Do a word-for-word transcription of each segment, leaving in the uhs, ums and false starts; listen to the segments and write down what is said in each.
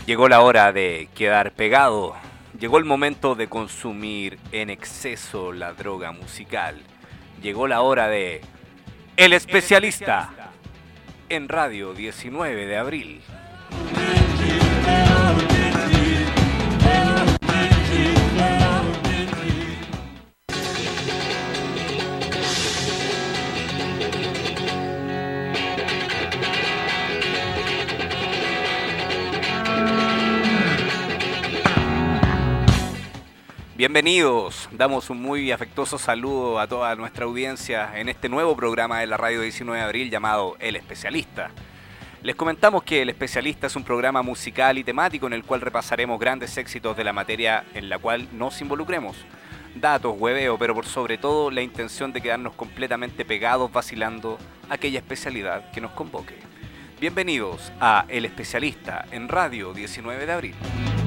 Llegó la hora de quedar pegado. Llegó el momento de consumir en exceso la droga musical. Llegó la hora de El Especialista en Radio diecinueve de abril. Bienvenidos, damos un muy afectuoso saludo a toda nuestra audiencia en este nuevo programa de la Radio diecinueve de abril llamado El Especialista. Les comentamos que El Especialista es un programa musical y temático en el cual repasaremos grandes éxitos de la materia en la cual nos involucremos. Datos, hueveo, pero por sobre todo la intención de quedarnos completamente pegados vacilando aquella especialidad que nos convoque. Bienvenidos a El Especialista en Radio diecinueve de abril.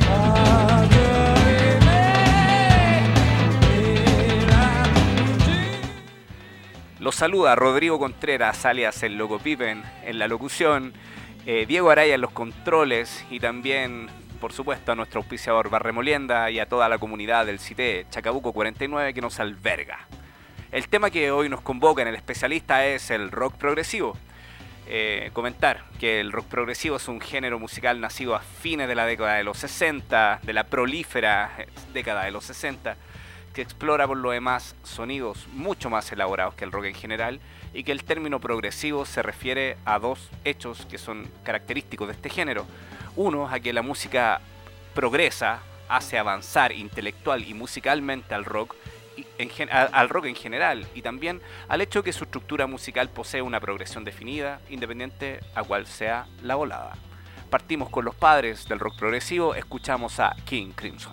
Los saluda Rodrigo Contreras, alias el Loco Pippen, en la locución, eh, Diego Araya en los controles y también, por supuesto, a nuestro auspiciador Barremolienda y a toda la comunidad del C I T E Chacabuco cuarenta y nueve que nos alberga. El tema que hoy nos convoca en El Especialista es el rock progresivo. Eh, comentar que el rock progresivo es un género musical nacido a fines de la década de los sesenta, de la prolífera década de los sesenta, que explora por lo demás sonidos mucho más elaborados que el rock en general y que el término progresivo se refiere a dos hechos que son característicos de este género. Uno, a que la música progresa, hace avanzar intelectual y musicalmente al rock, y en, a, al rock en general, y también al hecho de que su estructura musical posee una progresión definida, independiente a cual sea la volada. Partimos con los padres del rock progresivo, escuchamos a King Crimson.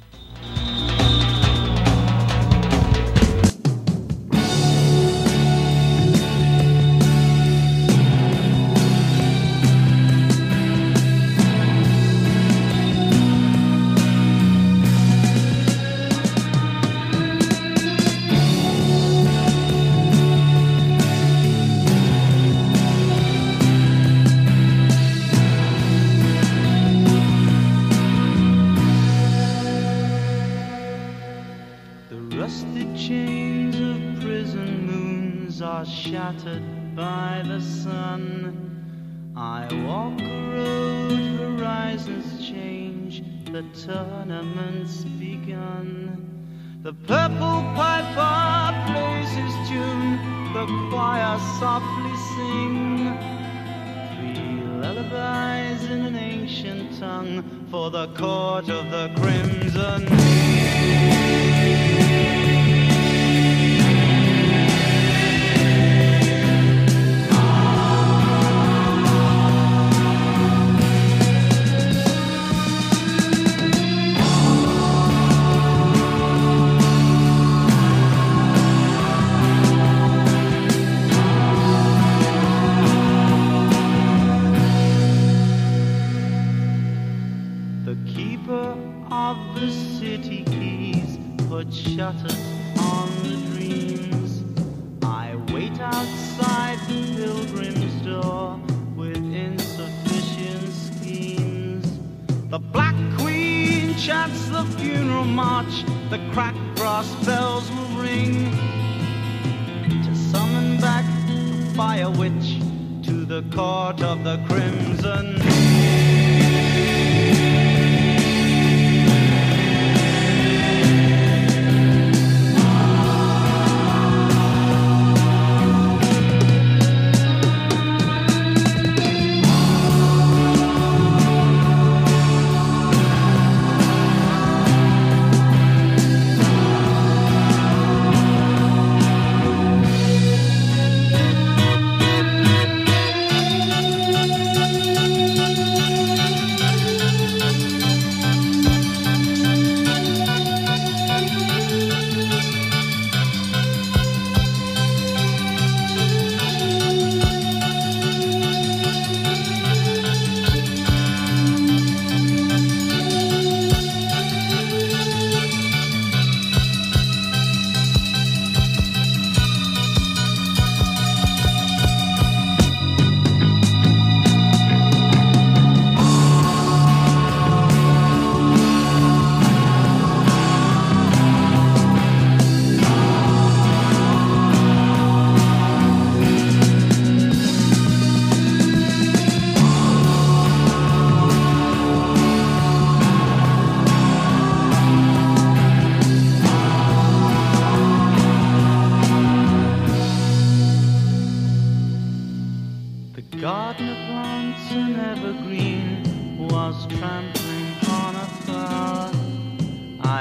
Shattered by the sun, I walk a road, horizons change, the tournament's begun. The purple piper plays his tune, the choir softly sing three lullabies in an ancient tongue for the court of the crimson. Shutters on the dreams. I wait outside the pilgrim's door with insufficient schemes. The Black Queen chants the funeral march, the cracked brass bells will ring to summon back the fire witch to the court of the crimson.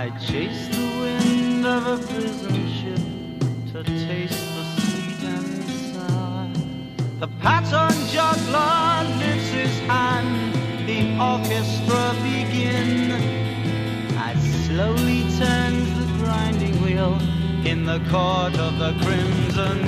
I chase the wind of a prison ship to taste the sweet and sour. The pattern juggler lifts his hand, the orchestra begin. As slowly turns the grinding wheel in the court of the crimson.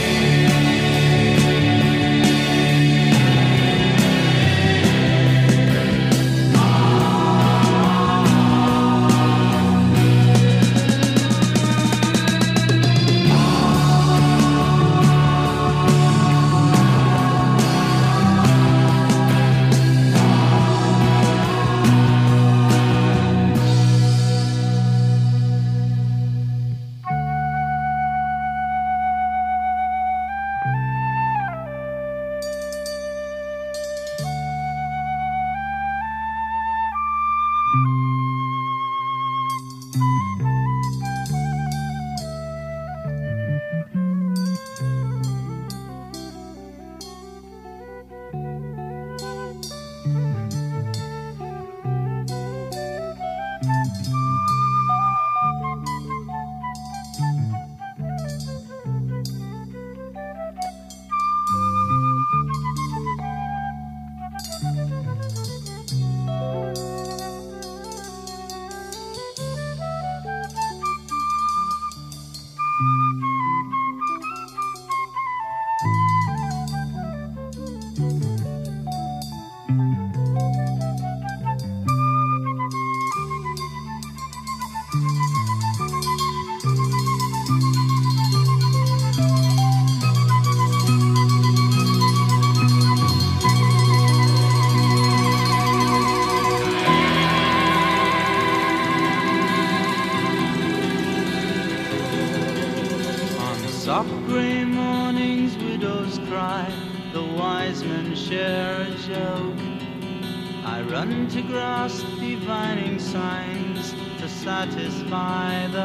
To grasp divining signs to satisfy the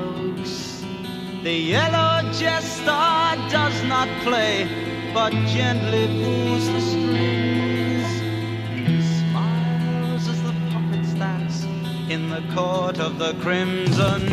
hoax. The yellow jester does not play, but gently pulls the strings. He smiles as the puppets dance in the court of the crimson.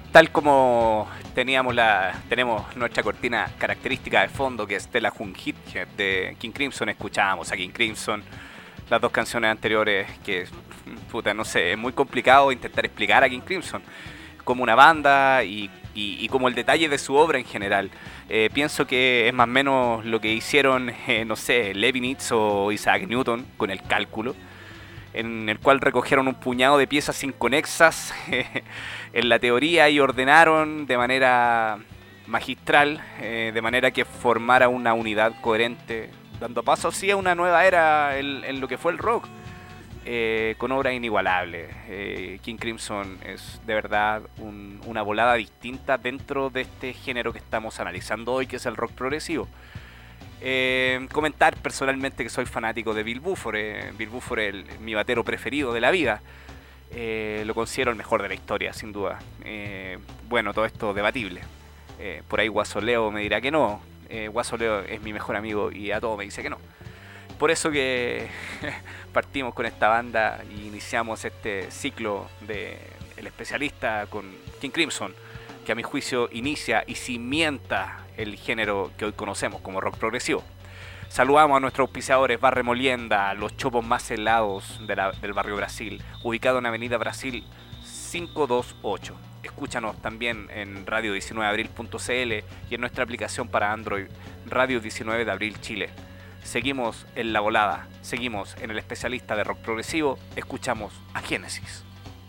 tal como teníamos la, tenemos nuestra cortina característica de fondo, que es Stella Jung Hit de King Crimson, escuchábamos a King Crimson, las dos canciones anteriores, que, puta, no sé, es muy complicado intentar explicar a King Crimson como una banda y, y, y como el detalle de su obra en general. Eh, pienso que es más o menos lo que hicieron, eh, no sé, Leibniz o Isaac Newton con el cálculo, en el cual recogieron un puñado de piezas inconexas eh, en la teoría y ordenaron de manera magistral, eh, de manera que formara una unidad coherente, dando paso así a una nueva era en, en lo que fue el rock, eh, con obras inigualables. Eh, King Crimson es de verdad un, una volada distinta dentro de este género que estamos analizando hoy, que es el rock progresivo. Eh, comentar personalmente que soy fanático de Bill Buford. eh, Bill Buford es el, mi batero preferido de la vida. Eh, lo considero el mejor de la historia, sin duda. Eh, bueno, todo esto debatible. Eh, por ahí Guasoleo me dirá que no. Eh, Guasoleo es mi mejor amigo y a todo me dice que no. Por eso que partimos con esta banda y iniciamos este ciclo de El Especialista con King Crimson, que a mi juicio inicia y cimienta el género que hoy conocemos como rock progresivo. Saludamos a nuestros auspiciadores Bar Remolienda, los chopos más helados de la, del barrio Brasil, ubicado en Avenida Brasil quinientos veintiocho. Escúchanos también en radio diecinueve de abril punto c l y en nuestra aplicación para Android, Radio diecinueve de abril Chile. Seguimos en La Volada, seguimos en El Especialista de Rock Progresivo, escuchamos a Génesis.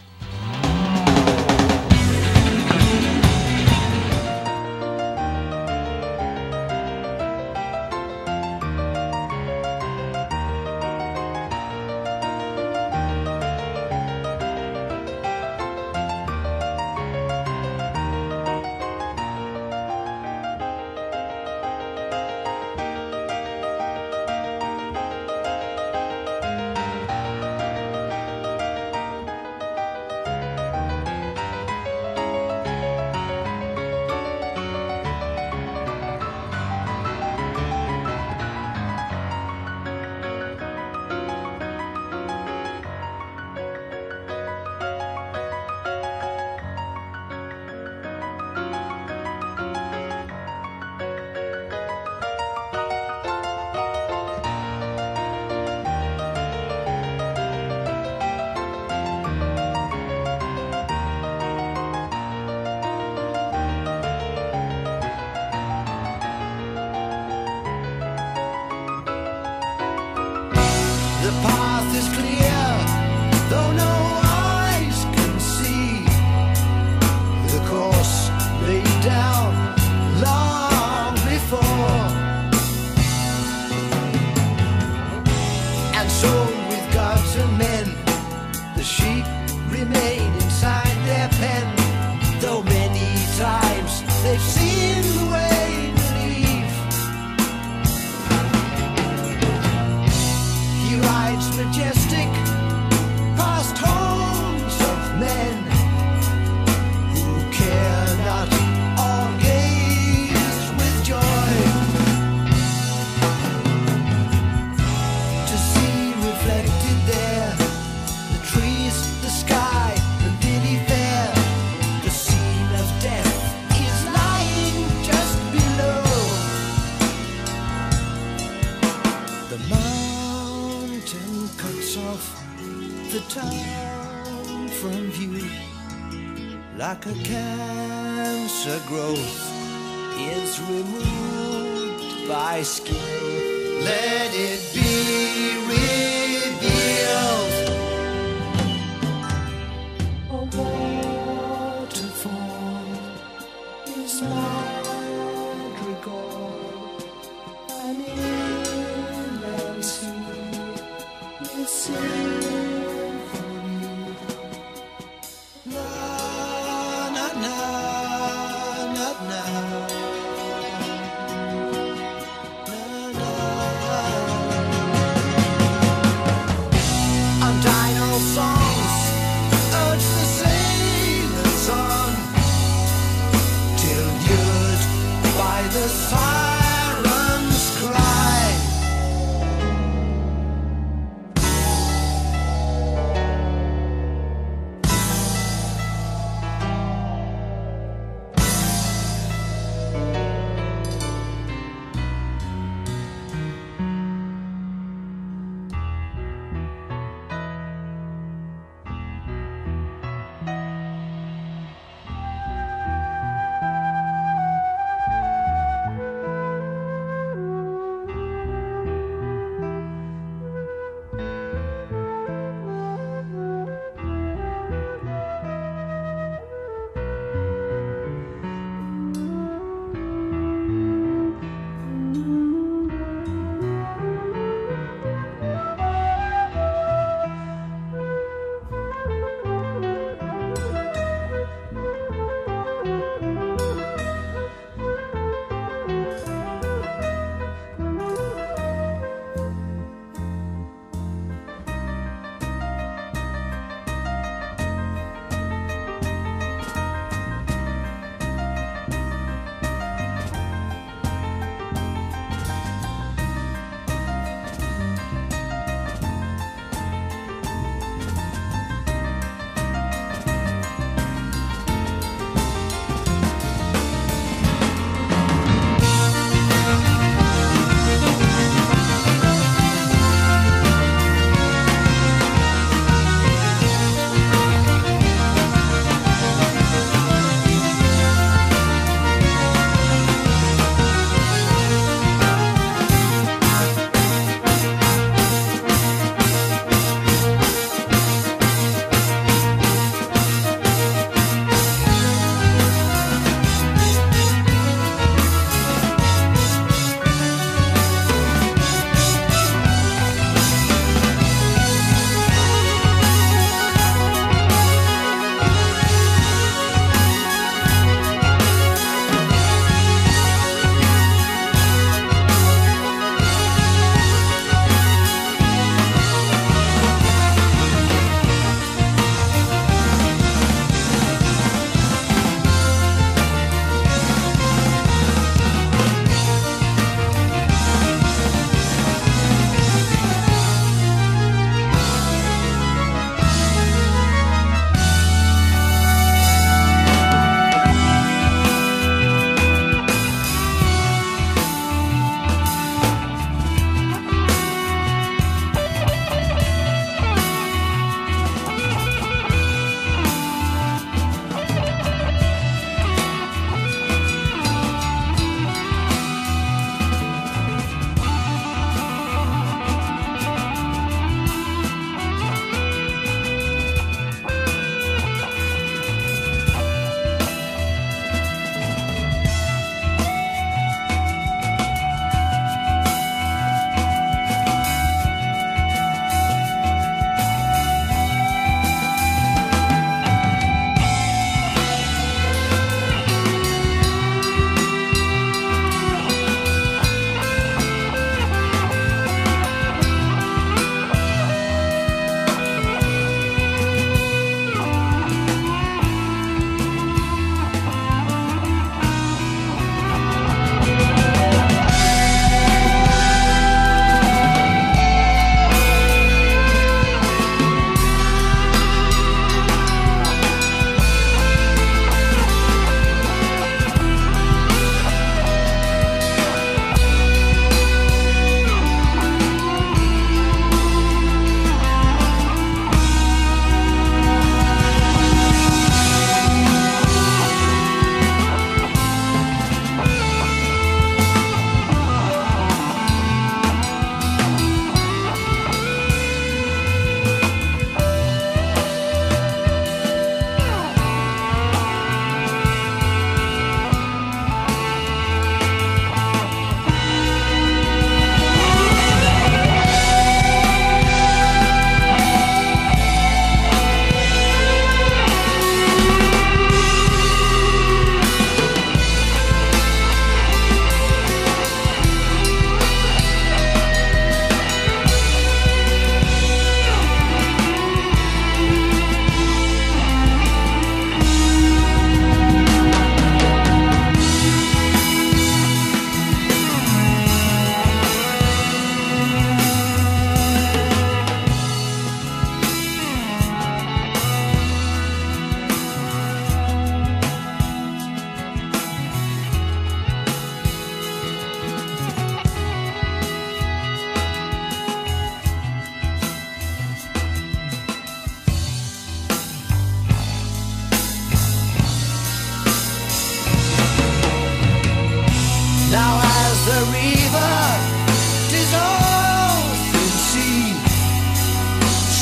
Like a cancer growth is removed by skill. Let it be revealed. A waterfall is madrigal. An inland sea is symphony.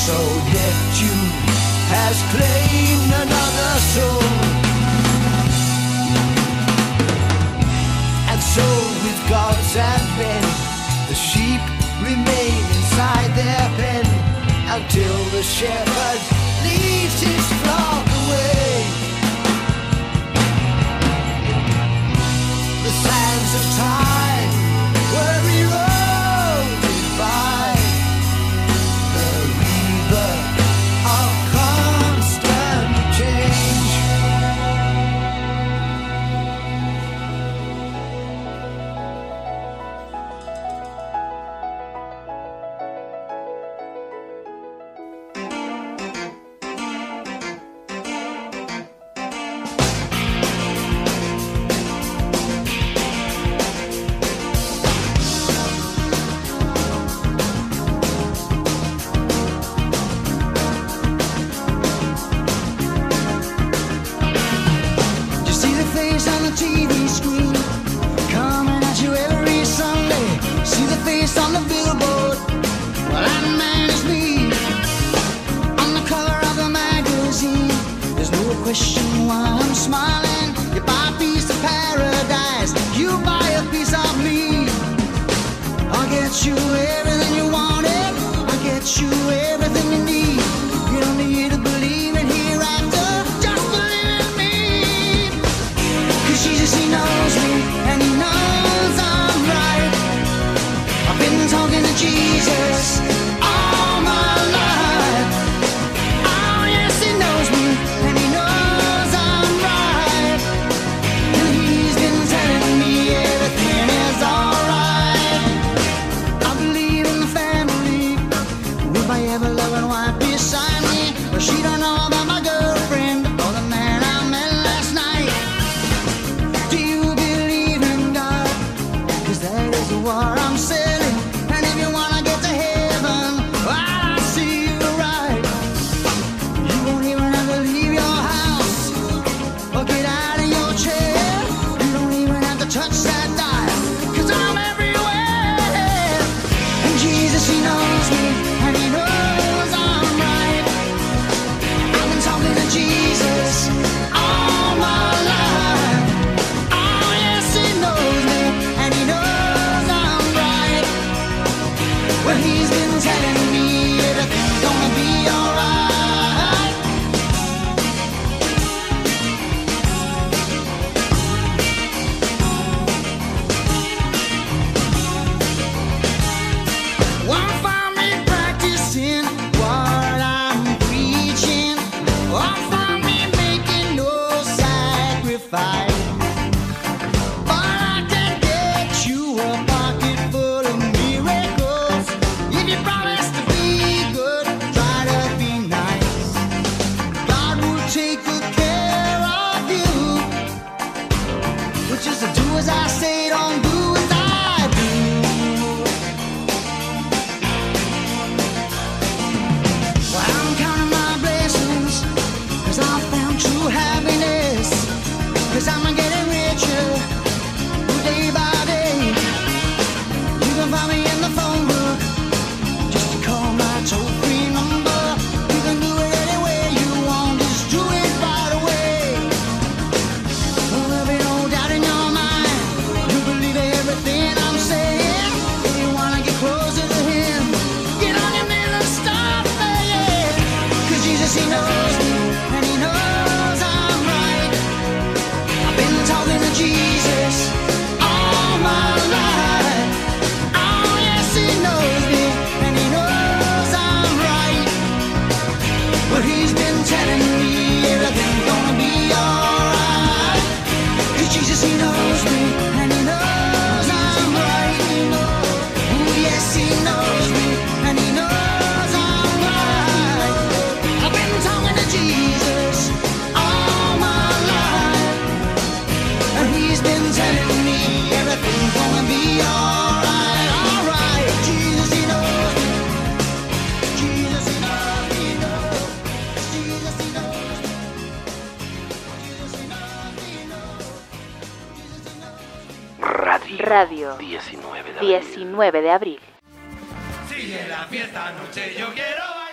So Neptune has claimed another soul. And so with gods and men, the sheep remain inside their pen until the shepherd leads his flock away. The sands of time were eroded by the river of constant change. T V screen coming at you every Sunday. See the face on the billboard. Well, that man is me. On the cover of the magazine, there's no question why I'm smiling. You buy a piece of paradise, you buy a piece of me. I'll get you everything you wanted, I'll get you everything you need. You don't need to believe in hereafter, just believe in me. Jesus, he knows me, and he knows I'm right. I've been talking to Jesus all my life. Oh yes, he knows me, and he knows I'm right. And he's been telling me everything is alright. I believe in the family, with my ever-loving wife beside me. But she don't know about my girlfriend or the man I met last night. That is what I'm selling. And if you wanna get to heaven, I see you right. You won't even have to leave your house or get out of your chair. You don't even have to touch that dial, 'cause I'm everywhere. And Jesus, he knows me, and he knows I'm right. I've been talking to Jesus all my life. Oh yes, he knows me, and he knows well, he's been telling me everything's gonna be alright. Won't find me practicing what I'm preaching. Won't find me making no sacrifice. But I can get you a pocket full of miracles. If you promise to be good, try to be nice. God will take good care of you. But just do as I say, don't do as I do. Well, I'm counting my blessings, 'cause I found true happiness. 'Cause I'm getting richer day by day. You can find me in the phone book. Call my toll-free number. You can do it any way you want. Just do it right away. Well, there'll be no doubt in your mind. You believe everything I'm saying. If you wanna get closer to him, get on your knees and start praying. 'Cause Jesus, he knows me, and he knows I'm right. I've been talking to Jesus all my life. Oh yes, he knows me, and he knows I'm right. Well, he's been telling me everything's gonna be alright. 'Cause Jesus, he knows me, and he knows I'm right. Oh yes, he knows me, and he knows I'm right. I've been talking to Jesus all my life, and he's been telling me everything's gonna be alright, alright. Jesus, he knows me. Jesus, he knows, he knows. Jesus, he knows me. Jesus, he knows, he knows. Jesus, he knows. Radio, Radio diecinueve de abril. diecinueve de abril. Sigue la fiesta, noche yo quiero bailar.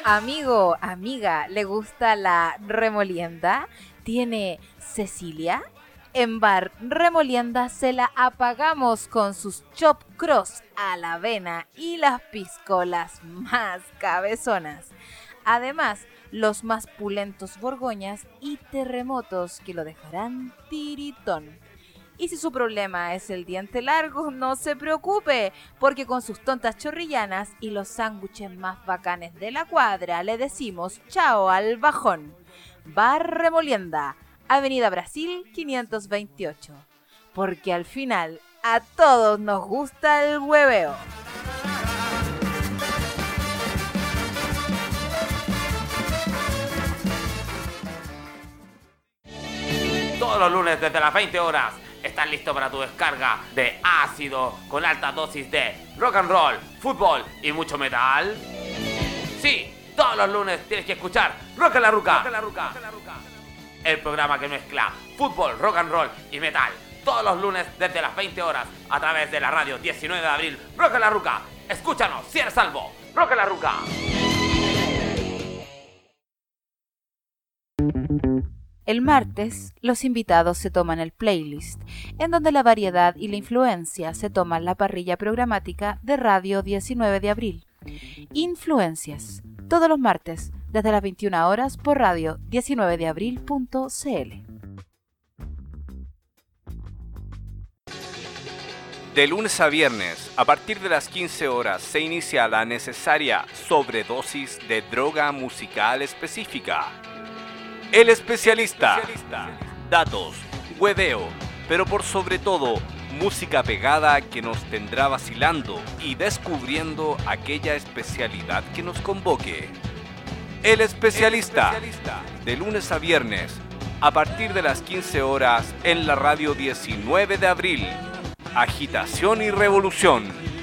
Amigo, amiga, ¿le gusta la remolienda? ¿Tiene Cecilia? En Bar Remolienda se la apagamos con sus chop cross a la avena y las piscolas más cabezonas. Además, los más pulentos borgoñas y terremotos que lo dejarán tiritón. Y si su problema es el diente largo, no se preocupe, porque con sus tontas chorrillanas y los sándwiches más bacanes de la cuadra le decimos chao al bajón. Bar Remolienda, Avenida Brasil quinientos veintiocho, porque al final a todos nos gusta el hueveo. Todos los lunes desde las veinte horas estás listo para tu descarga de ácido con alta dosis de rock and roll, fútbol y mucho metal. Sí, todos los lunes tienes que escuchar Rock en la Ruca, el programa que mezcla fútbol, rock and roll y metal. Todos los lunes desde las veinte horas a través de la radio diecinueve de abril. Rock en la Ruca, escúchanos si eres salvo. Rock en la Ruca. El martes, los invitados se toman el playlist, en donde la variedad y la influencia se toman la parrilla programática de Radio diecinueve de abril. Influencias, todos los martes, desde las veintiuna horas por radio diecinueve de abril punto c l. De lunes a viernes, a partir de las quince horas, se inicia la necesaria sobredosis de droga musical específica. El especialista. Datos, hueveo, pero por sobre todo, música pegada que nos tendrá vacilando y descubriendo aquella especialidad que nos convoque. El especialista. De lunes a viernes, a partir de las quince horas, en la radio diecinueve de abril. Agitación y revolución.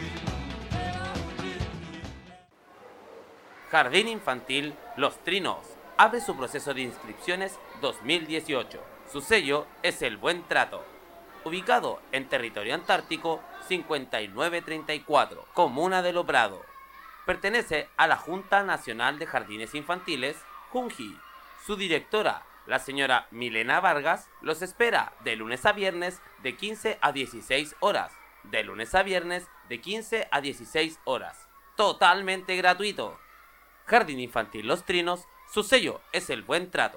Jardín Infantil Los Trinos abre su proceso de inscripciones dos mil dieciocho. Su sello es El Buen Trato. Ubicado en territorio antártico cincuenta y nueve treinta y cuatro, Comuna de Loprado. Pertenece a la Junta Nacional de Jardines Infantiles, Junji. Su directora, la señora Milena Vargas, los espera de lunes a viernes de quince a dieciséis horas. De lunes a viernes de quince a dieciséis horas. Totalmente gratuito. Jardín Infantil Los Trinos, su sello es El Buen Trato.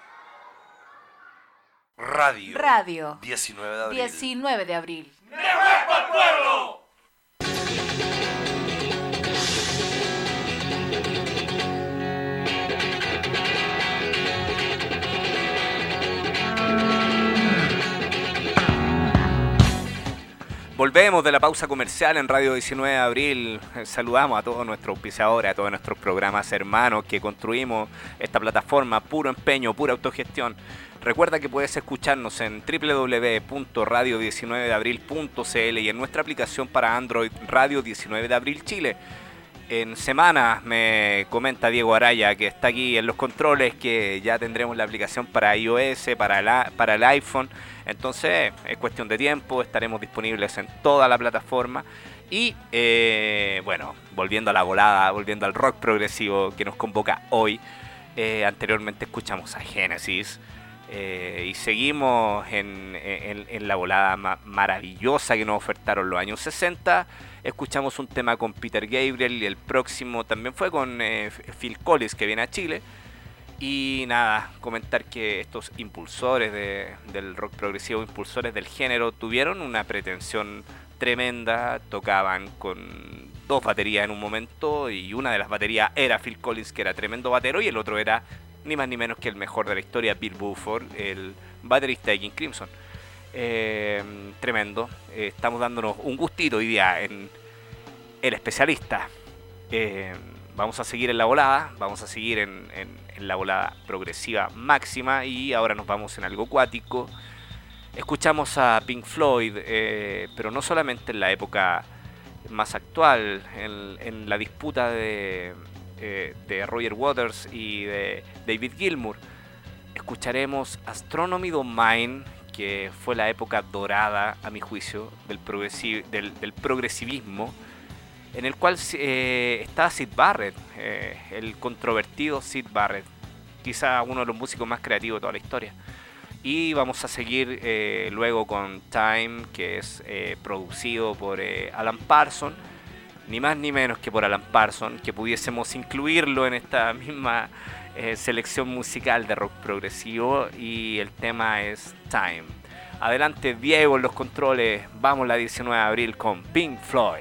Radio. Radio. diecinueve de abril. diecinueve de abril. ¡Revuelvo al pueblo! Volvemos de la pausa comercial en Radio diecinueve de abril. Saludamos a todos nuestros auspiciadores, a todos nuestros programas hermanos que construimos esta plataforma, puro empeño, pura autogestión. Recuerda que puedes escucharnos en doble u doble u doble u punto radio diecinueve de abril punto c l y en nuestra aplicación para Android Radio diecinueve de abril Chile. En semana me comenta Diego Araya, que está aquí en los controles, que ya tendremos la aplicación para iOS, para, la, para el iPhone. Entonces es cuestión de tiempo, estaremos disponibles en toda la plataforma. Y eh, bueno, volviendo a la volada, volviendo al rock progresivo que nos convoca hoy. Eh, anteriormente escuchamos a Genesis. Eh, y seguimos en, en, en la volada ma- maravillosa que nos ofertaron los años sesenta. Escuchamos un tema con Peter Gabriel y el próximo también fue con eh, Phil Collins, que viene a Chile. Y nada, comentar que estos impulsores de, del rock progresivo, impulsores del género, tuvieron una pretensión tremenda. Tocaban con dos baterías en un momento y una de las baterías era Phil Collins, que era tremendo batero, y el otro era ni más ni menos que el mejor de la historia, Bill Bruford, el baterista de King Crimson. Eh, tremendo. Eh, estamos dándonos un gustito hoy día en El Especialista. Eh, vamos a seguir en la volada, vamos a seguir en, en, en la volada progresiva máxima, y ahora nos vamos en algo acuático. Escuchamos a Pink Floyd, eh, pero no solamente en la época más actual, en, en la disputa de, eh, de Roger Waters y de David Gilmour. Escucharemos Astronomy Don't Mind, que fue la época dorada, a mi juicio, del, progresi- del, del progresivismo. en el cual eh, está Syd Barrett, eh, el controvertido Syd Barrett, quizá uno de los músicos más creativos de toda la historia. Y vamos a seguir eh, luego con Time, que es eh, producido por eh, Alan Parsons, ni más ni menos que por Alan Parsons, que pudiésemos incluirlo en esta misma eh, selección musical de rock progresivo, y el tema es Time. Adelante Diego en los controles, vamos la diecinueve de abril con Pink Floyd.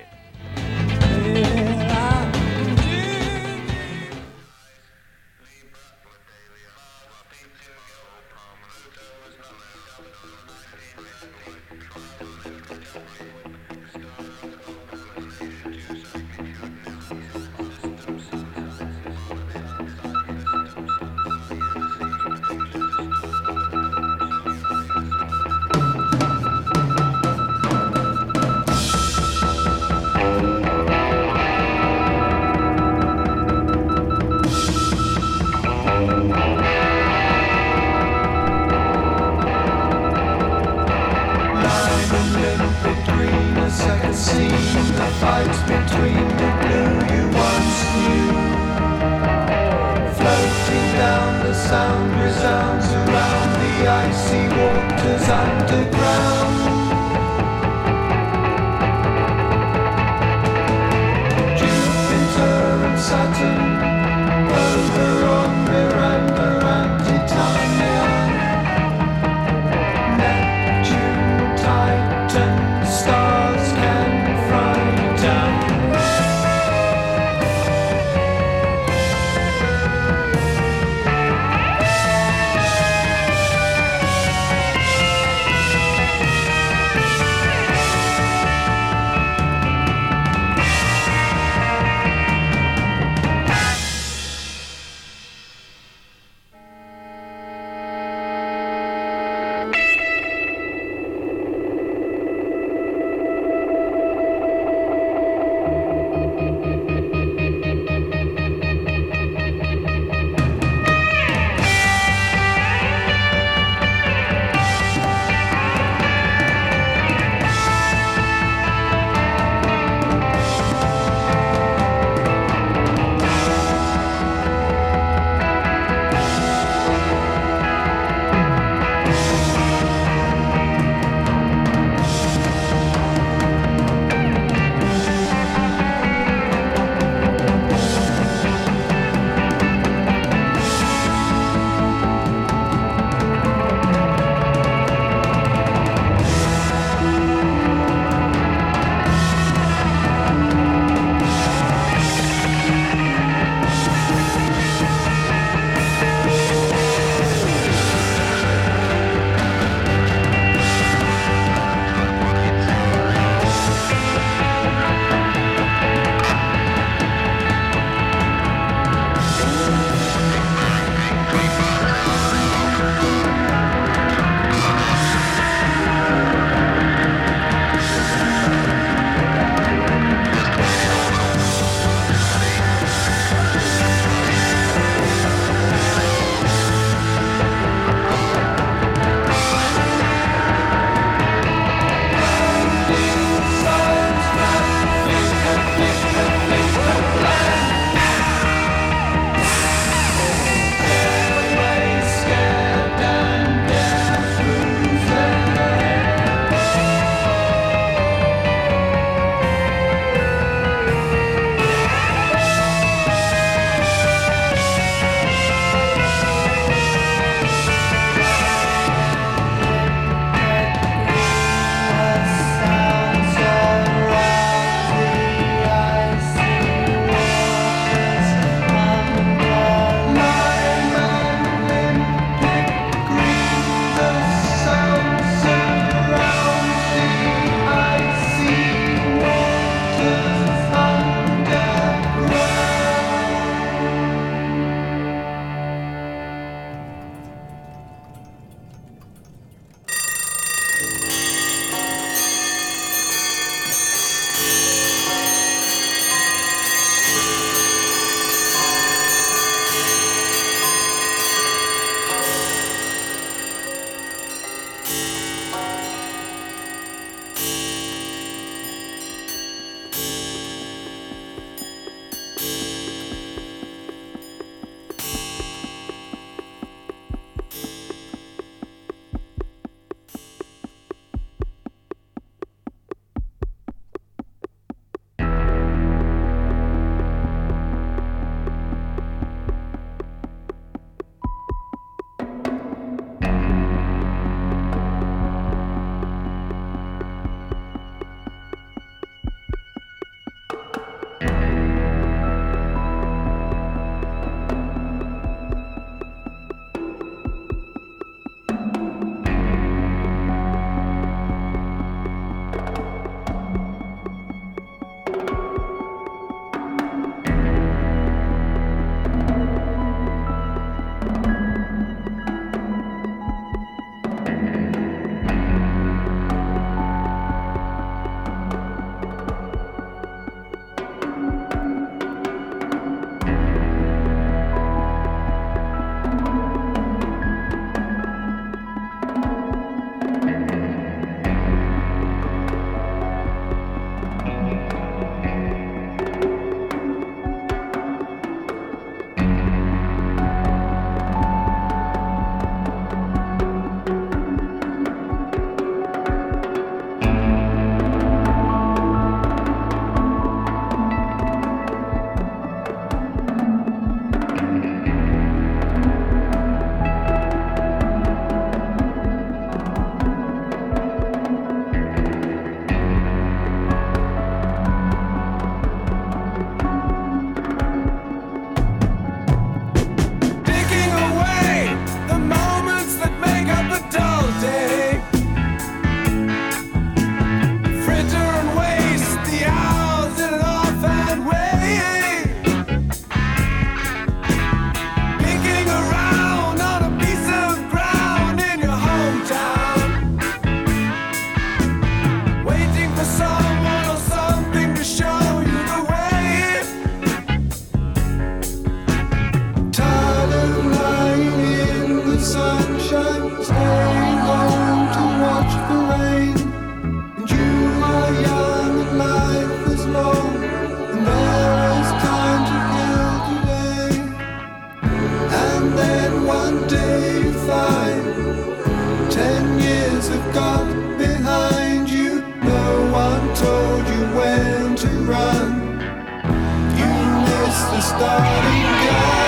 staying home to watch the rain. And you are young and life is long, and there is time to kill today. And then one day you find ten years have gone behind you. No one told you when to run. You missed the starting gun.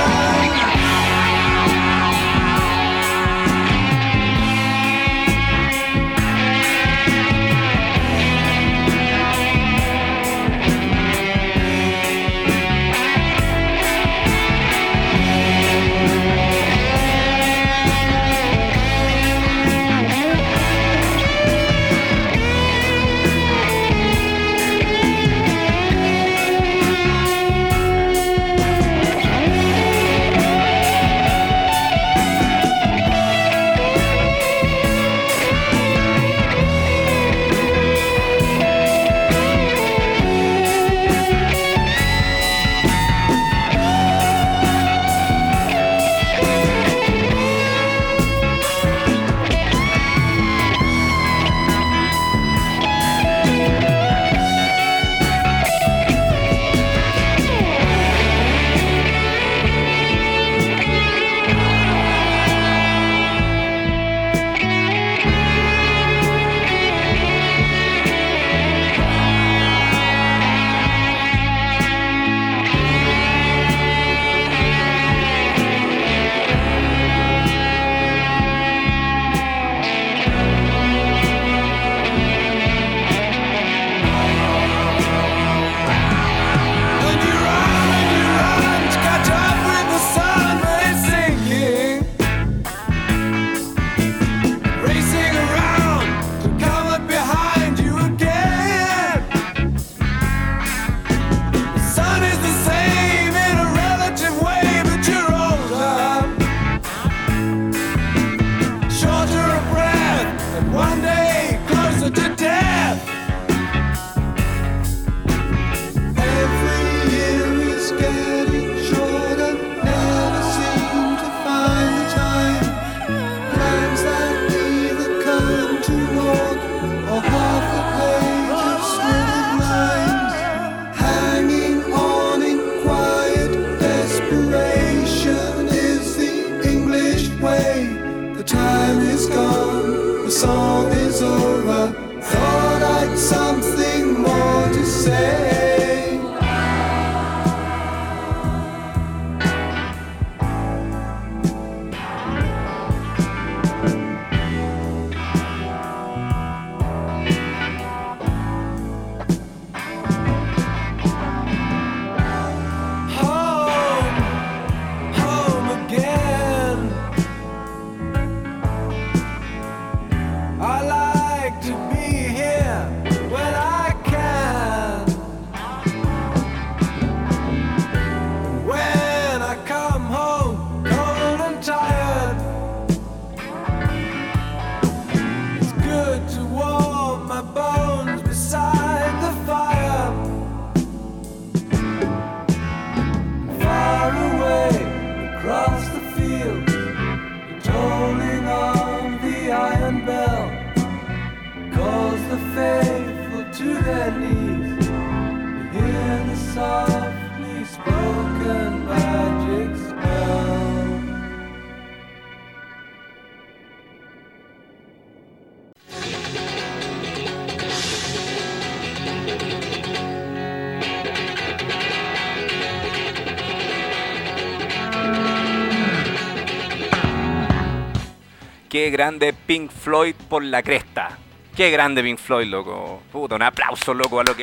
Qué grande Pink Floyd por la cresta. Qué grande Pink Floyd, loco. Puta, un aplauso, loco, a lo que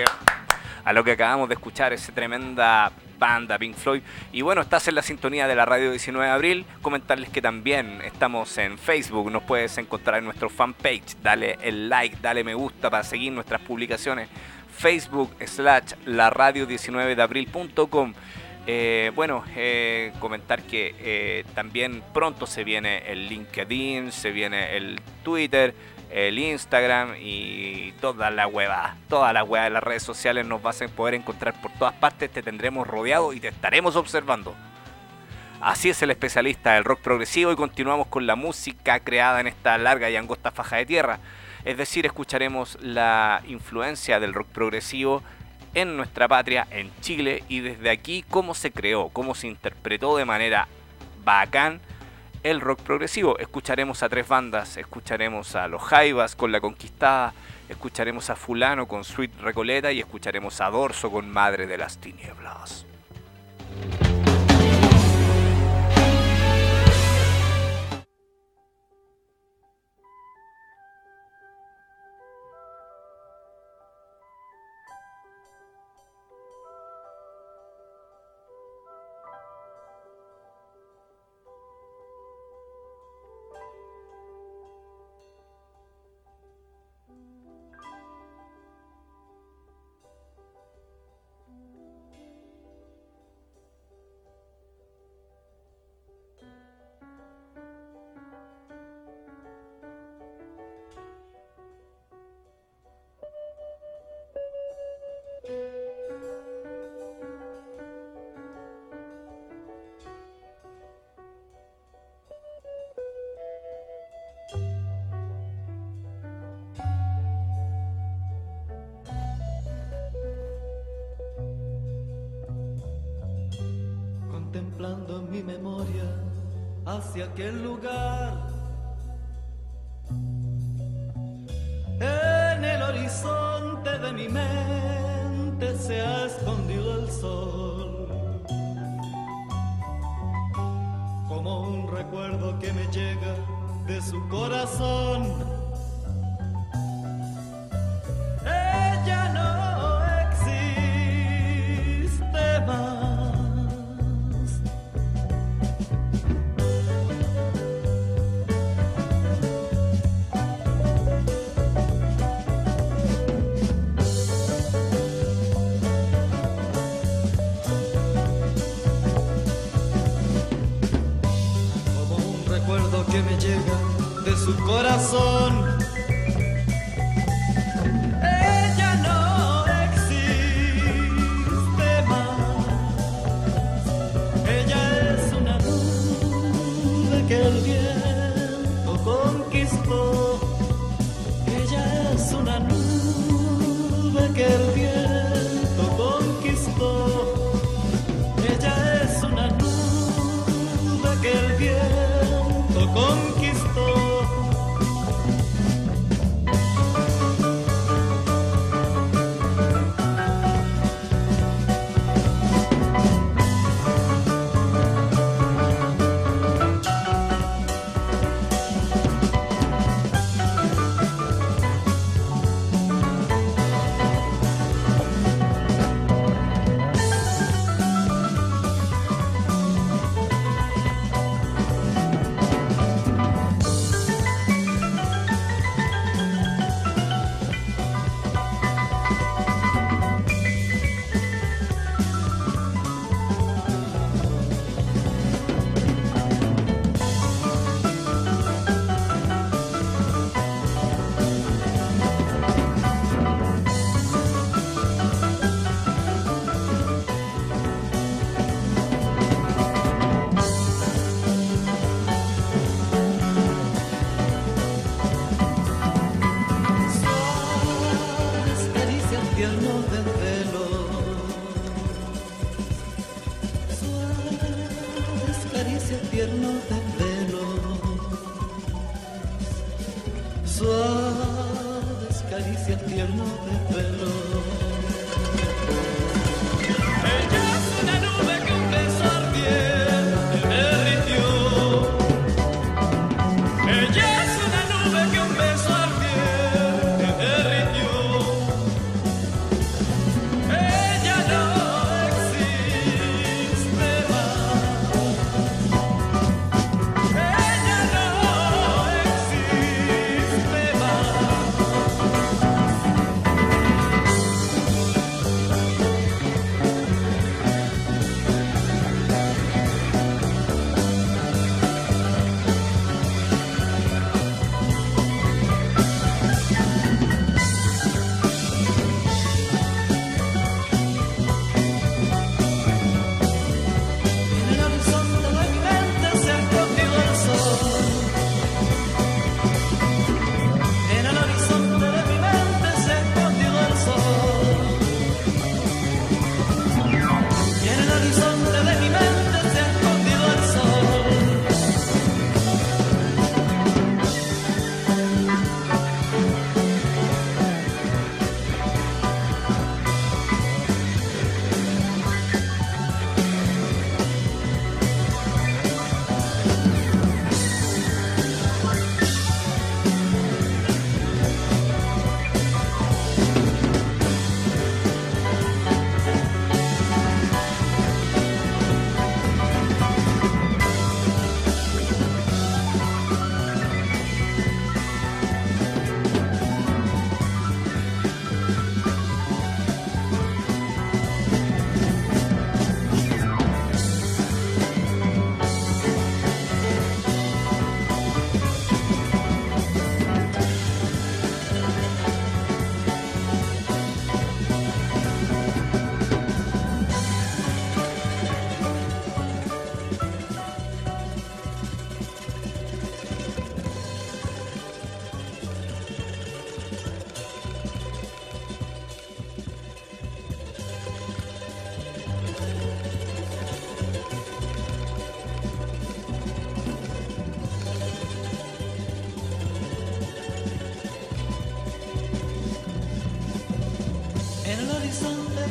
a lo que acabamos de escuchar, esa tremenda banda Pink Floyd. Y bueno, estás en la sintonía de la radio diecinueve de abril. Comentarles que también estamos en Facebook. Nos puedes encontrar en nuestro fanpage. Dale el like, dale me gusta para seguir nuestras publicaciones. Facebook slash la radio diecinueve de abril punto com. Eh, bueno, eh, comentar que eh, también pronto se viene el LinkedIn, se viene el Twitter, el Instagram y toda la hueva, toda la hueva de las redes sociales nos vas a poder encontrar por todas partes, te tendremos rodeado y te estaremos observando. Así es el especialista del rock progresivo y continuamos con la música creada en esta larga y angosta faja de tierra. Es decir, escucharemos la influencia del rock progresivo en nuestra patria, en Chile, y desde aquí cómo se creó, cómo se interpretó de manera bacán el rock progresivo. Escucharemos a tres bandas, escucharemos a los Jaivas con La Conquistada, escucharemos a Fulano con Sweet Recoleta y escucharemos a Dorso con Madre de las Tinieblas. Contemplando mi memoria hacia aquel lugar, en el horizonte de mi mente se ha escondido el sol, como un recuerdo que me llega de su corazón. Ella no existe más. Que me llega de su corazón. Ella no existe más. Ella es una nube que el viento conquistó. Ella es una nube que el viento conquistó. Ella es una nube que el viento conquistó. Suaves caricias tierno de pelo. Ella es una nube que un beso ardiente me derritió. Ella es una nube que un beso ardiente me derritió. Ella no existe más. Ella no existe más.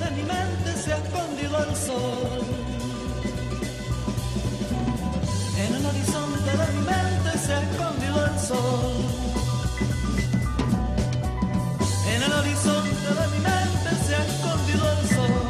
de mi mente se ha escondido el sol. En el horizonte de mi mente se ha escondido el sol. En el horizonte de mi mente se ha escondido el sol.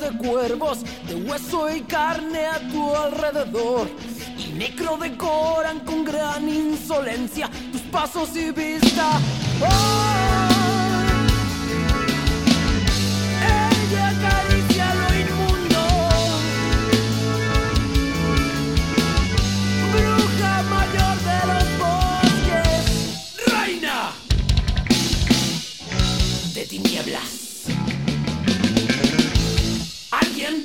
de cuervos, de hueso y carne a tu alrededor. Y necro decoran con gran insolencia tus pasos y vista. ¡Oh! Ella acaricia lo inmundo, bruja mayor de los bosques, reina de tinieblas. Alguien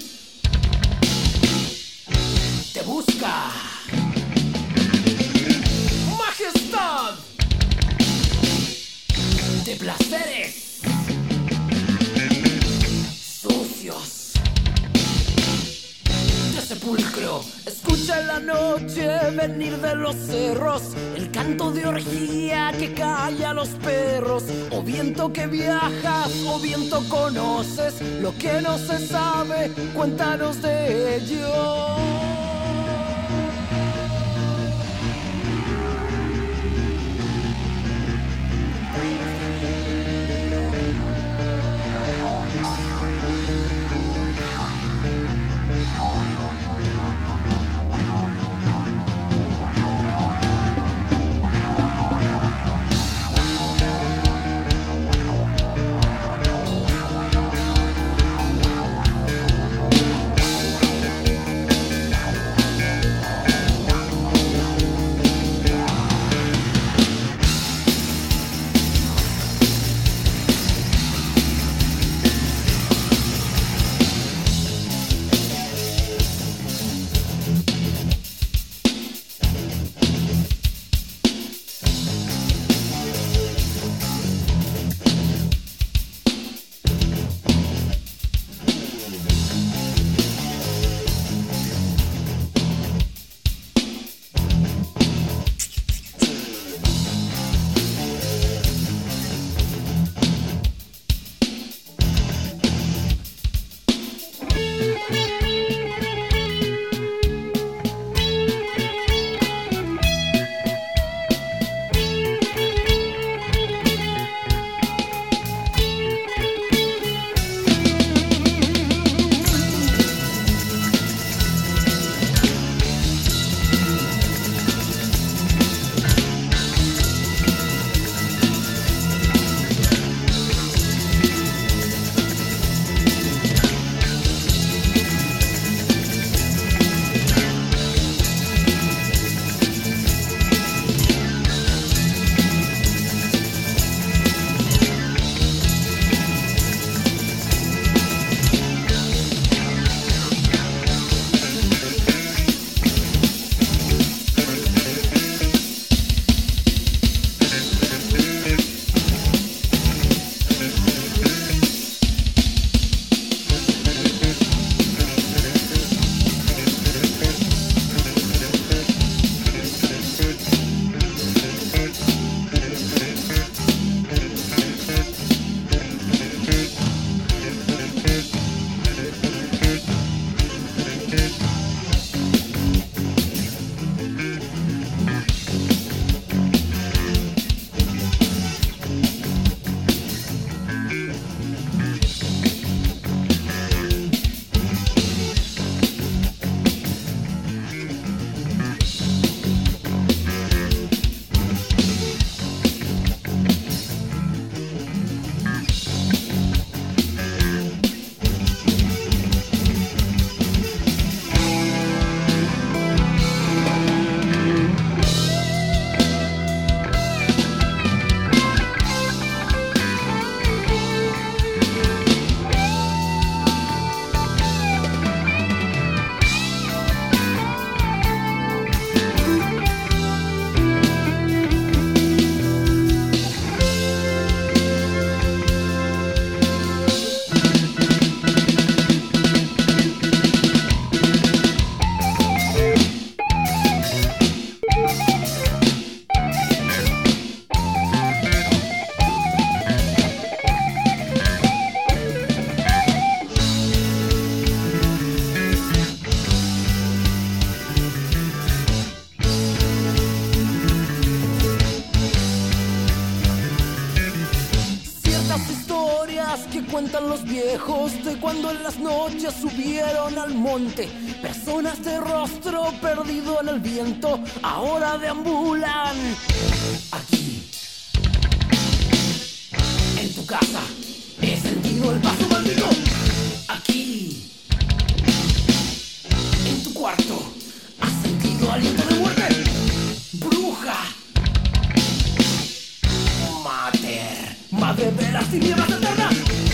te busca, majestad de placeres sucios de sepulcro. Escucha en la noche venir de los cerros el canto de orgía que calla a los perros. O viento que viajas, o viento conoces lo que no se sabe, cuéntanos de ello. cuentan los viejos de cuando en las noches subieron al monte. Personas de rostro perdido en el viento ahora deambulan aquí. En tu casa he sentido el paso maldito. Aquí. En tu cuarto has sentido aliento de muerte. Bruja. Mater. Madre de las tinieblas eternas.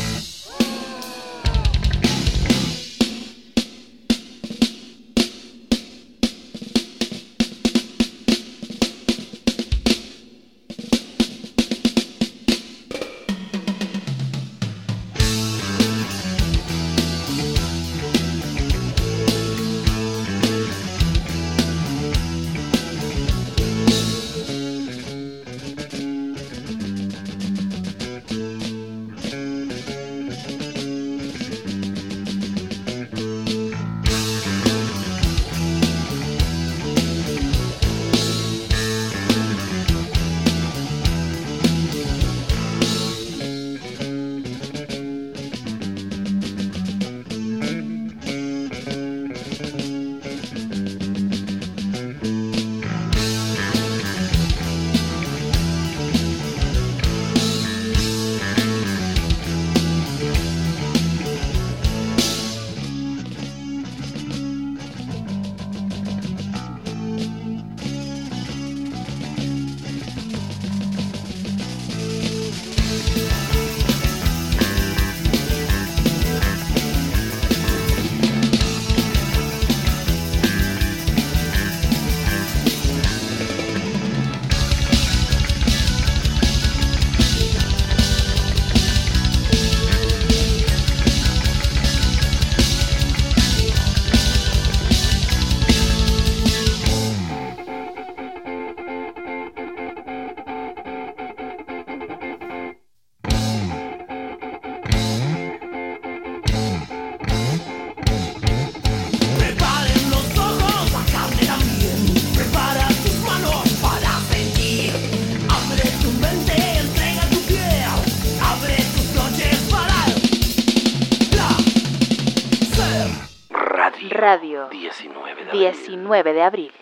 Radio diecinueve de abril.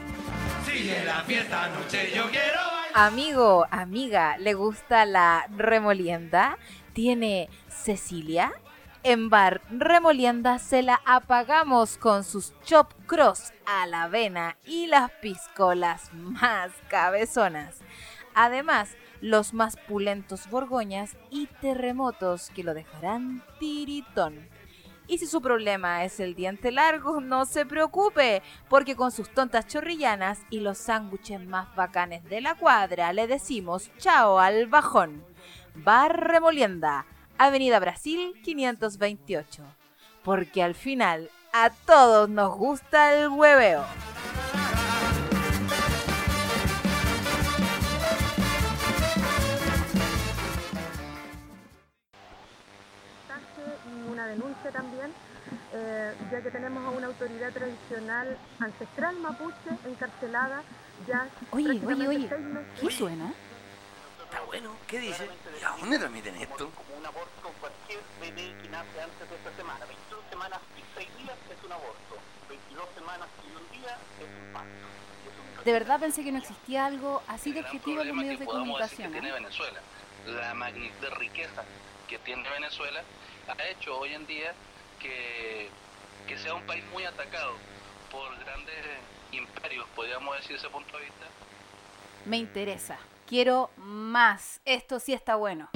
Sigue la fiesta noche, yo quiero bailar. Amigo, amiga, ¿le gusta la remolienda? ¿Tiene Cecilia? En Bar Remolienda se la apagamos con sus chop cross a la avena y las piscolas más cabezonas. Además, los más pulentos borgoñas y terremotos que lo dejarán tiritón. Y si su problema es el diente largo, no se preocupe, porque con sus tontas chorrillanas y los sándwiches más bacanes de la cuadra le decimos chao al bajón. Bar Remolienda, Avenida Brasil quinientos veintiocho. Porque al final a todos nos gusta el hueveo. Y una denuncia también, eh, ya que tenemos a una autoridad tradicional ancestral mapuche encarcelada ya. Oye, oye, oye, seis meses. ¿qué suena? Está bueno, ¿qué dice? ¿Y a dónde transmiten esto? Como un aborto, cualquier bebé que nace antes de esta semana, veintiún semanas y seis días es un aborto, veintidós semanas y un día es un parto. De verdad pensé que no existía algo así de objetivo en los medios de comunicación. Que tiene Venezuela, la magnitud de riqueza que tiene Venezuela ha hecho hoy en día que, que sea un país muy atacado por grandes imperios, podríamos decir desde ese punto de vista. Me interesa. Quiero más. Esto sí está bueno.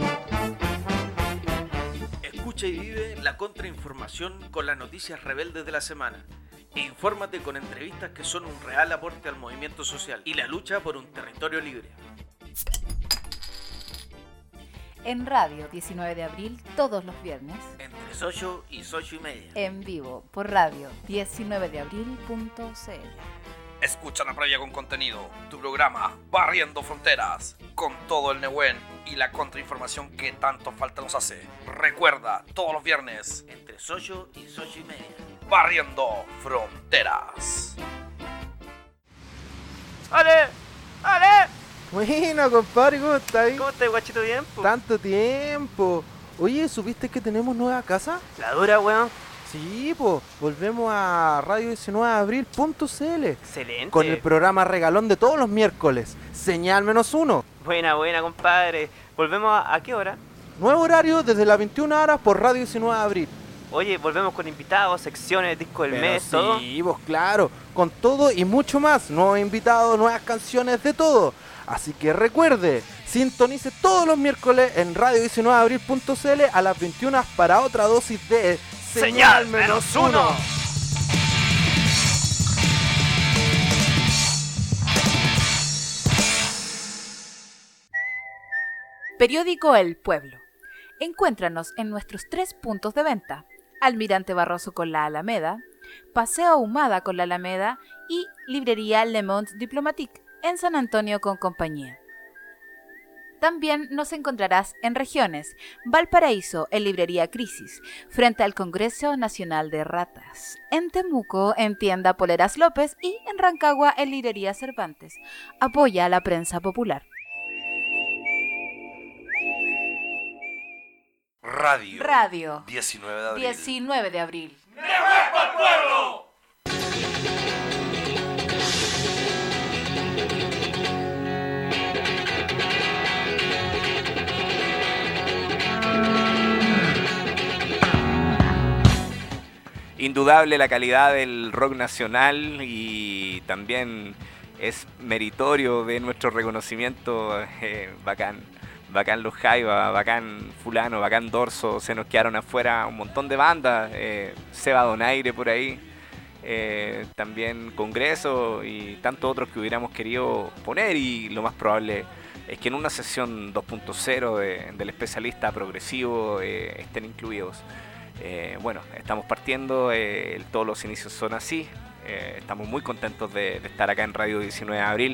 Escucha y vive la contrainformación con las noticias rebeldes de la semana. E infórmate con entrevistas que son un real aporte al movimiento social y la lucha por un territorio libre. En Radio diecinueve de abril, todos los viernes. Entre ocho y ocho y media. En vivo, por radio diecinueve de abril punto c l. Escucha la previa con contenido, tu programa Barriendo Fronteras, con todo el Nehuen y la contrainformación que tanto falta nos hace. Recuerda, todos los viernes, entre ocho y ocho y media. Barriendo Fronteras. ¡Ale! ¡Ale! Bueno, compadre, ¿cómo estás? ¿Cómo estás, guachito? ¿Bien? Po? Tanto tiempo. Oye, ¿supiste que tenemos nueva casa? ¿La dura, weón? Sí, pues, volvemos a radio diecinueve de abril punto c l. Excelente. Con el programa regalón de todos los miércoles, Señal Menos Uno. Buena, buena, compadre. ¿Volvemos a, a qué hora? Nuevo horario desde las veintiuna horas por radio diecinueve de abril. Oye, volvemos con invitados, secciones, disco del Pero mes, sí, todo. Sí, pues claro, con todo y mucho más. Nuevos invitados, nuevas canciones, de todo. Así que recuerde, sintonice todos los miércoles en radio diecinueve de abril punto c l a las veintiuna para otra dosis de Señal Menos Uno. Periódico El Pueblo. Encuéntranos en nuestros tres puntos de venta: Almirante Barroso con la Alameda, Paseo Ahumada con la Alameda y Librería Le Monde Diplomatique en San Antonio con compañía. También nos encontrarás en regiones: Valparaíso en Librería Crisis, frente al Congreso Nacional de Ratas, en Temuco en Tienda Poleras López y en Rancagua en Librería Cervantes. Apoya a la prensa popular. Radio. Radio. diecinueve de abril. diecinueve de abril. ¡Nehué pa'l pueblo! Indudable la calidad del rock nacional y también es meritorio de nuestro reconocimiento. eh, bacán, bacán Los Jaiba, bacán Fulano, bacán Dorso, se nos quedaron afuera un montón de bandas, eh, Seba Donaire por ahí, eh, también Congreso y tantos otros que hubiéramos querido poner, y lo más probable es que en una sesión dos punto cero de, del especialista progresivo eh, estén incluidos. Eh, bueno, estamos partiendo, eh, todos los inicios son así, eh, estamos muy contentos de, de estar acá en Radio diecinueve de abril,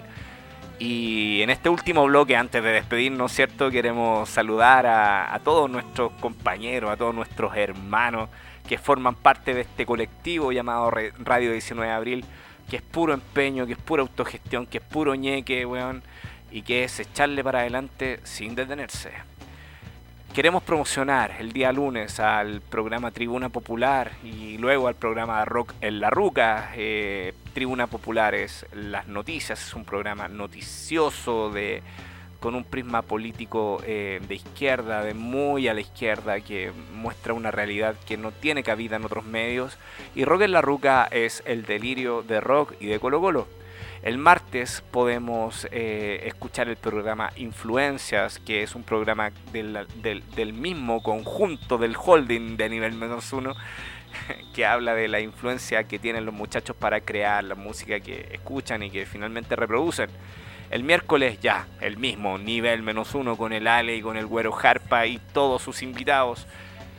y en este último bloque, antes de despedirnos, ¿cierto?, queremos saludar a, a todos nuestros compañeros, a todos nuestros hermanos que forman parte de este colectivo llamado Re- Radio diecinueve de abril, que es puro empeño, que es pura autogestión, que es puro ñeque, weón, y que es echarle para adelante sin detenerse. Queremos promocionar el día lunes al programa Tribuna Popular y luego al programa Rock en la Ruca. Eh, Tribuna Popular es las noticias, es un programa noticioso de, con un prisma político eh, de izquierda, de muy a la izquierda, que muestra una realidad que no tiene cabida en otros medios. Y Rock en la Ruca es el delirio de rock y de Colo Colo. El martes podemos eh, escuchar el programa Influencias, que es un programa del, del, del mismo conjunto del holding de Nivel Menos Uno, que habla de la influencia que tienen los muchachos para crear la música que escuchan y que finalmente reproducen. El miércoles ya, el mismo Nivel Menos Uno con el Ale y con el Güero Jarpa y todos sus invitados.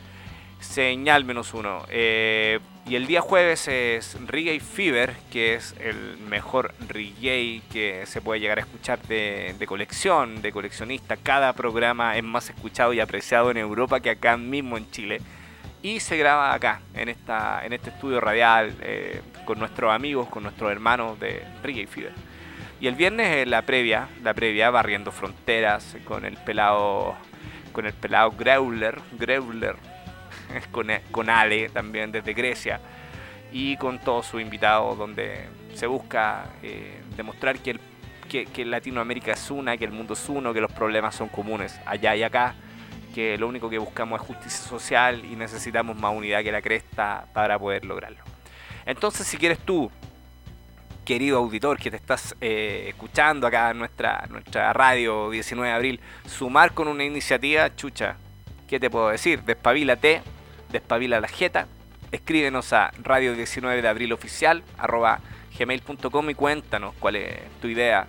Señal Menos Uno. Eh, y el día jueves es Reggae Fever, que es el mejor reggae que se puede llegar a escuchar de, de colección, de coleccionista. Cada programa es más escuchado y apreciado en Europa que acá mismo en Chile. Y se graba acá, en esta en este estudio radial, eh, con nuestros amigos, con nuestros hermanos de Reggae Fever. Y el viernes es la previa, la previa, barriendo fronteras, con el pelado, con el pelado Growler, Growler. Con, con Ale también desde Grecia y con todos sus invitados, donde se busca eh, demostrar que, el, que, que Latinoamérica es una, que el mundo es uno, que los problemas son comunes allá y acá, que lo único que buscamos es justicia social y necesitamos más unidad que la cresta para poder lograrlo. Entonces, si quieres tú, querido auditor que te estás eh, escuchando acá en nuestra, nuestra radio diecinueve de abril, sumar con una iniciativa, chucha, ¿qué te puedo decir? Despabilate, despabila la jeta, escríbenos a radio diecinueve de abril oficial arroba gmail punto com y cuéntanos cuál es tu idea.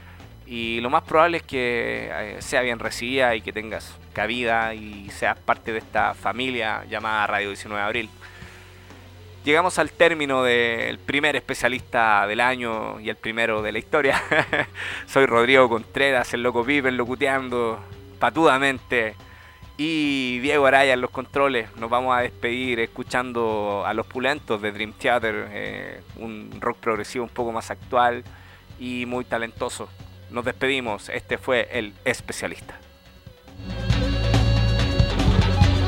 Y lo más probable es que eh, sea bien recibida y que tengas cabida y seas parte de esta familia llamada Radio diecinueve de abril. Llegamos al término del primer especialista del año y el primero de la historia. Soy Rodrigo Contreras, el Loco Pipe, locuteando patudamente. Y Diego Araya en los controles. Nos vamos a despedir escuchando a Los Pulentos de Dream Theater, eh, un rock progresivo un poco más actual y muy talentoso. Nos despedimos. Este fue el especialista.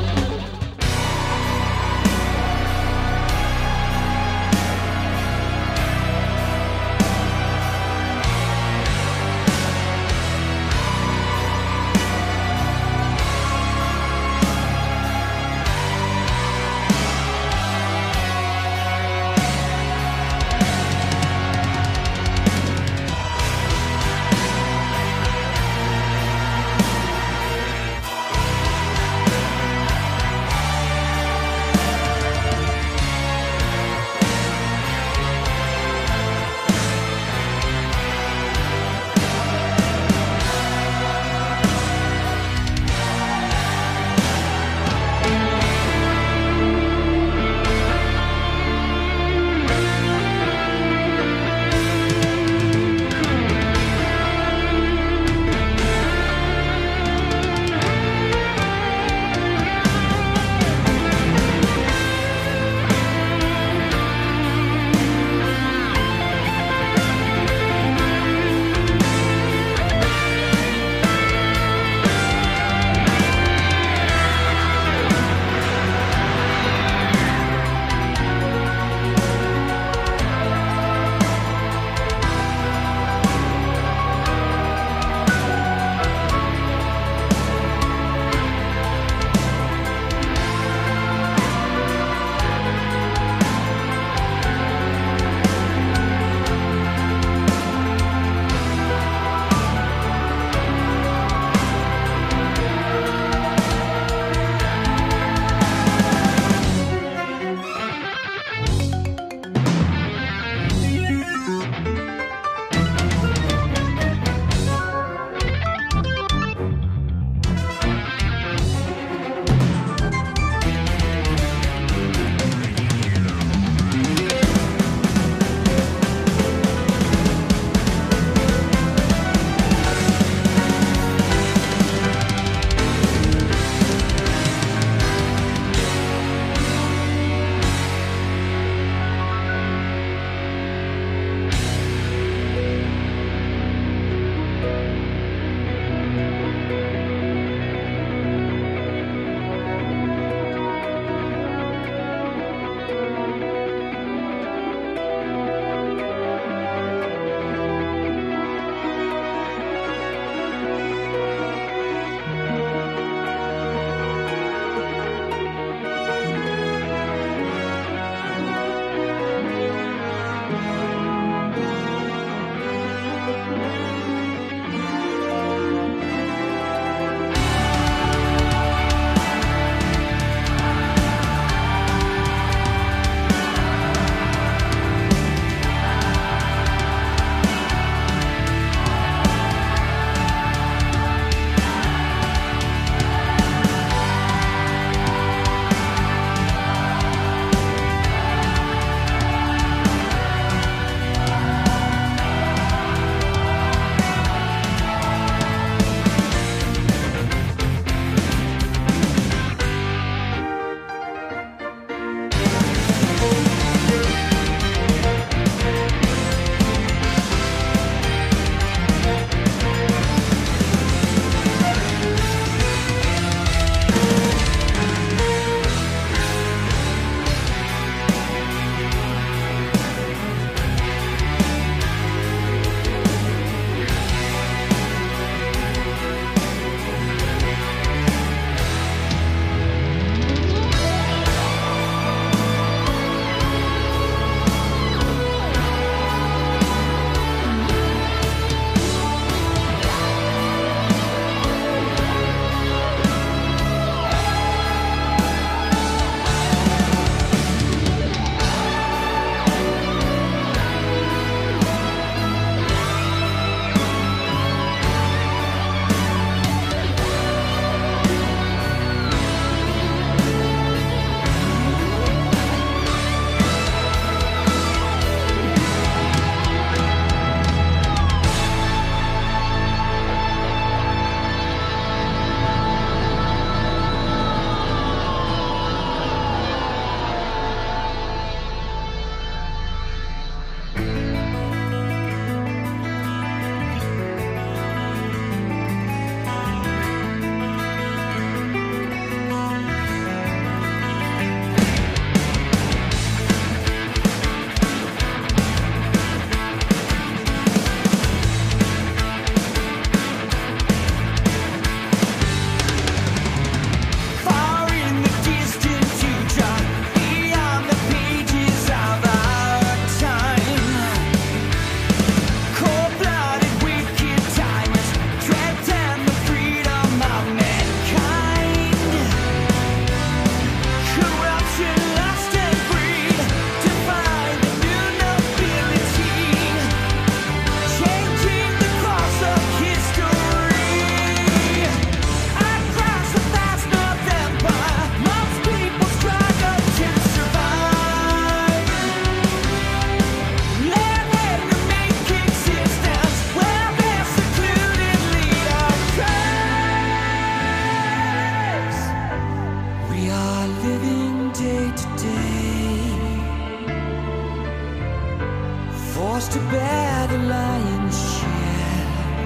forced to bear the lion's share.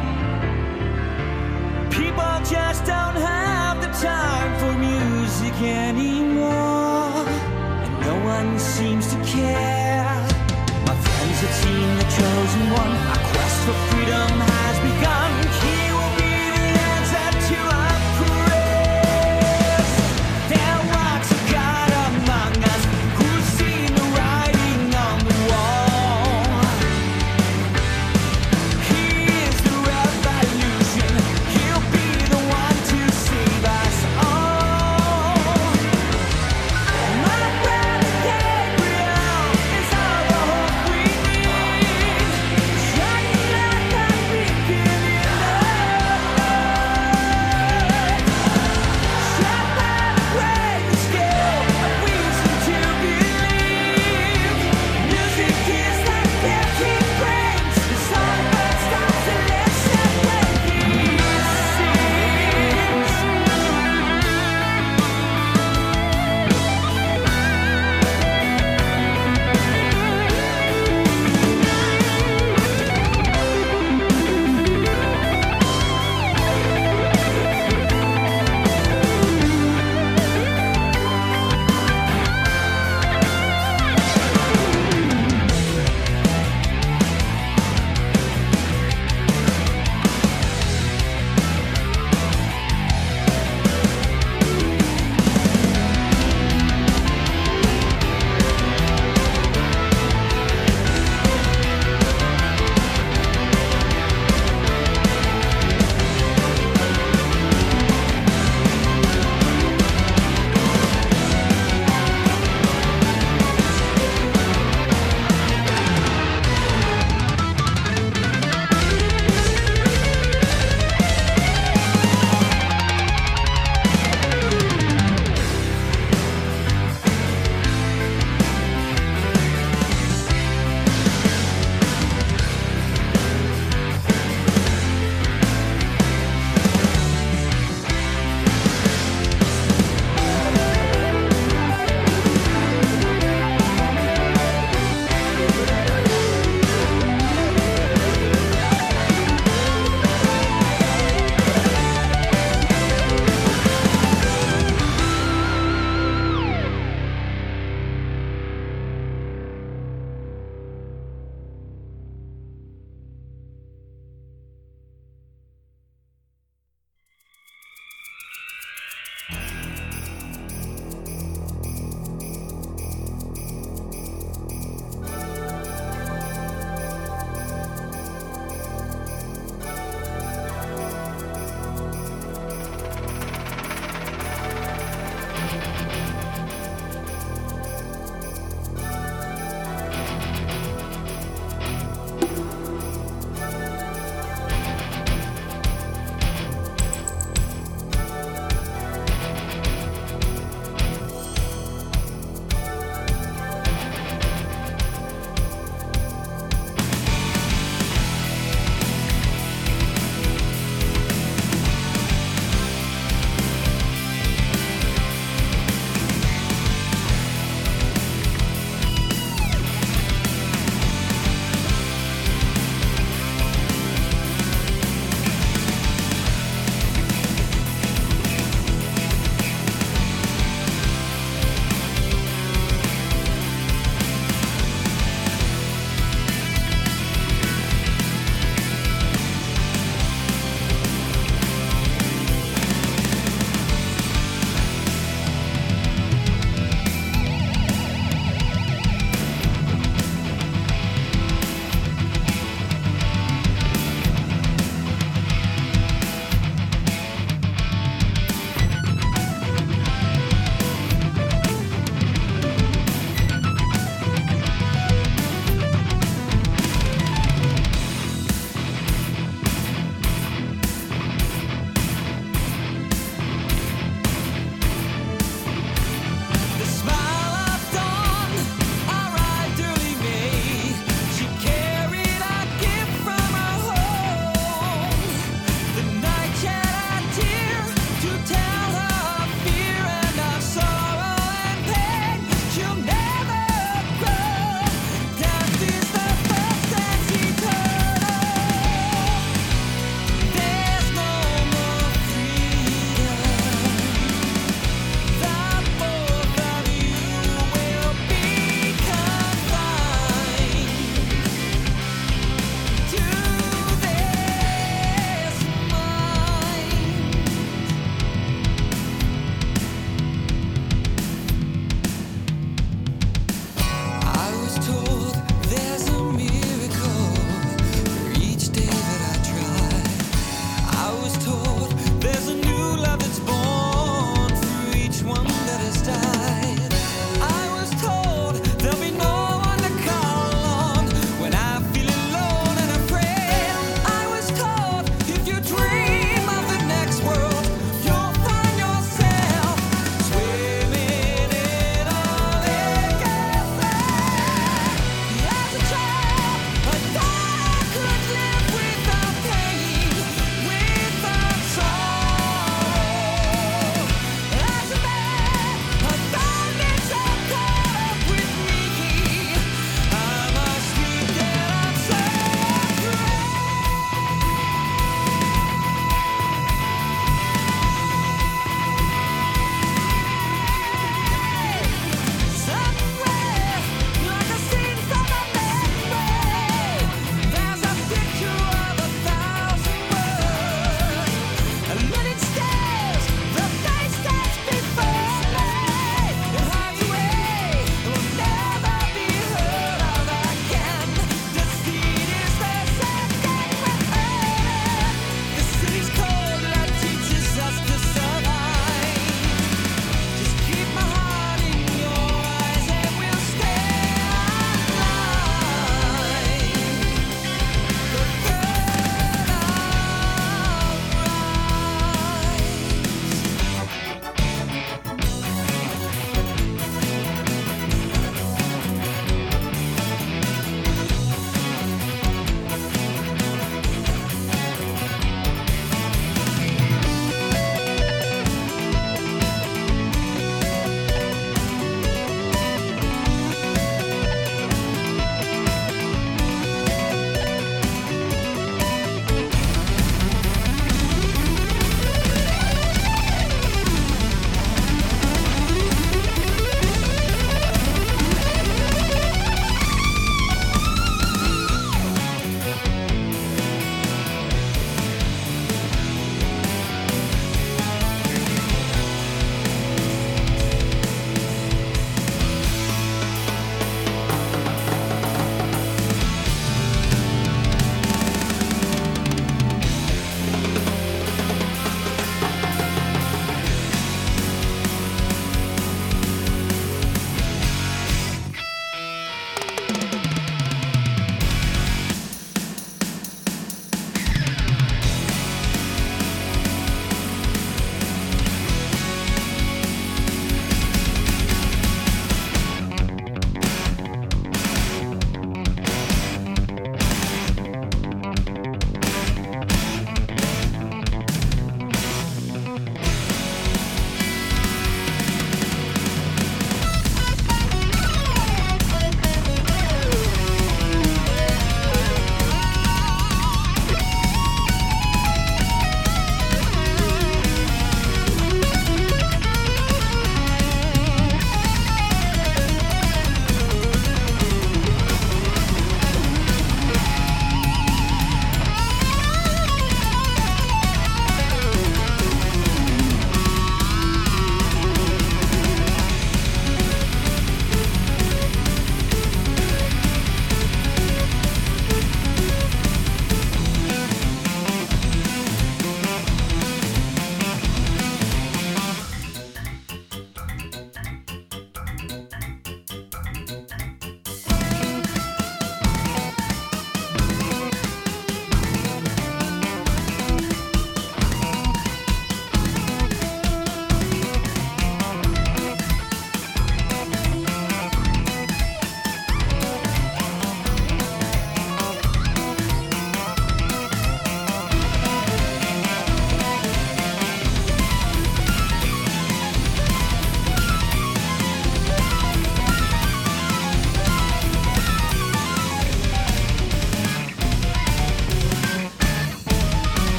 People just don't have the time for music anymore, and no one seems to care. My friends have seen The Chosen One. Our quest for freedom has begun. He will be the answer to our prayers. There walks a God among us who's seen the writing on the wall. He is the revolution. He'll be the one to save us all. My brother Gabriel is all the hope we need. Shining like the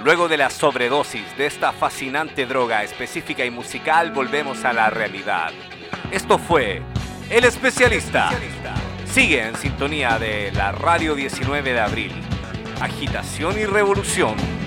Luego de la sobredosis de esta fascinante droga específica y musical, volvemos a la realidad. Esto fue El Especialista. Sigue en sintonía de la Radio diecinueve de abril. Agitación y revolución.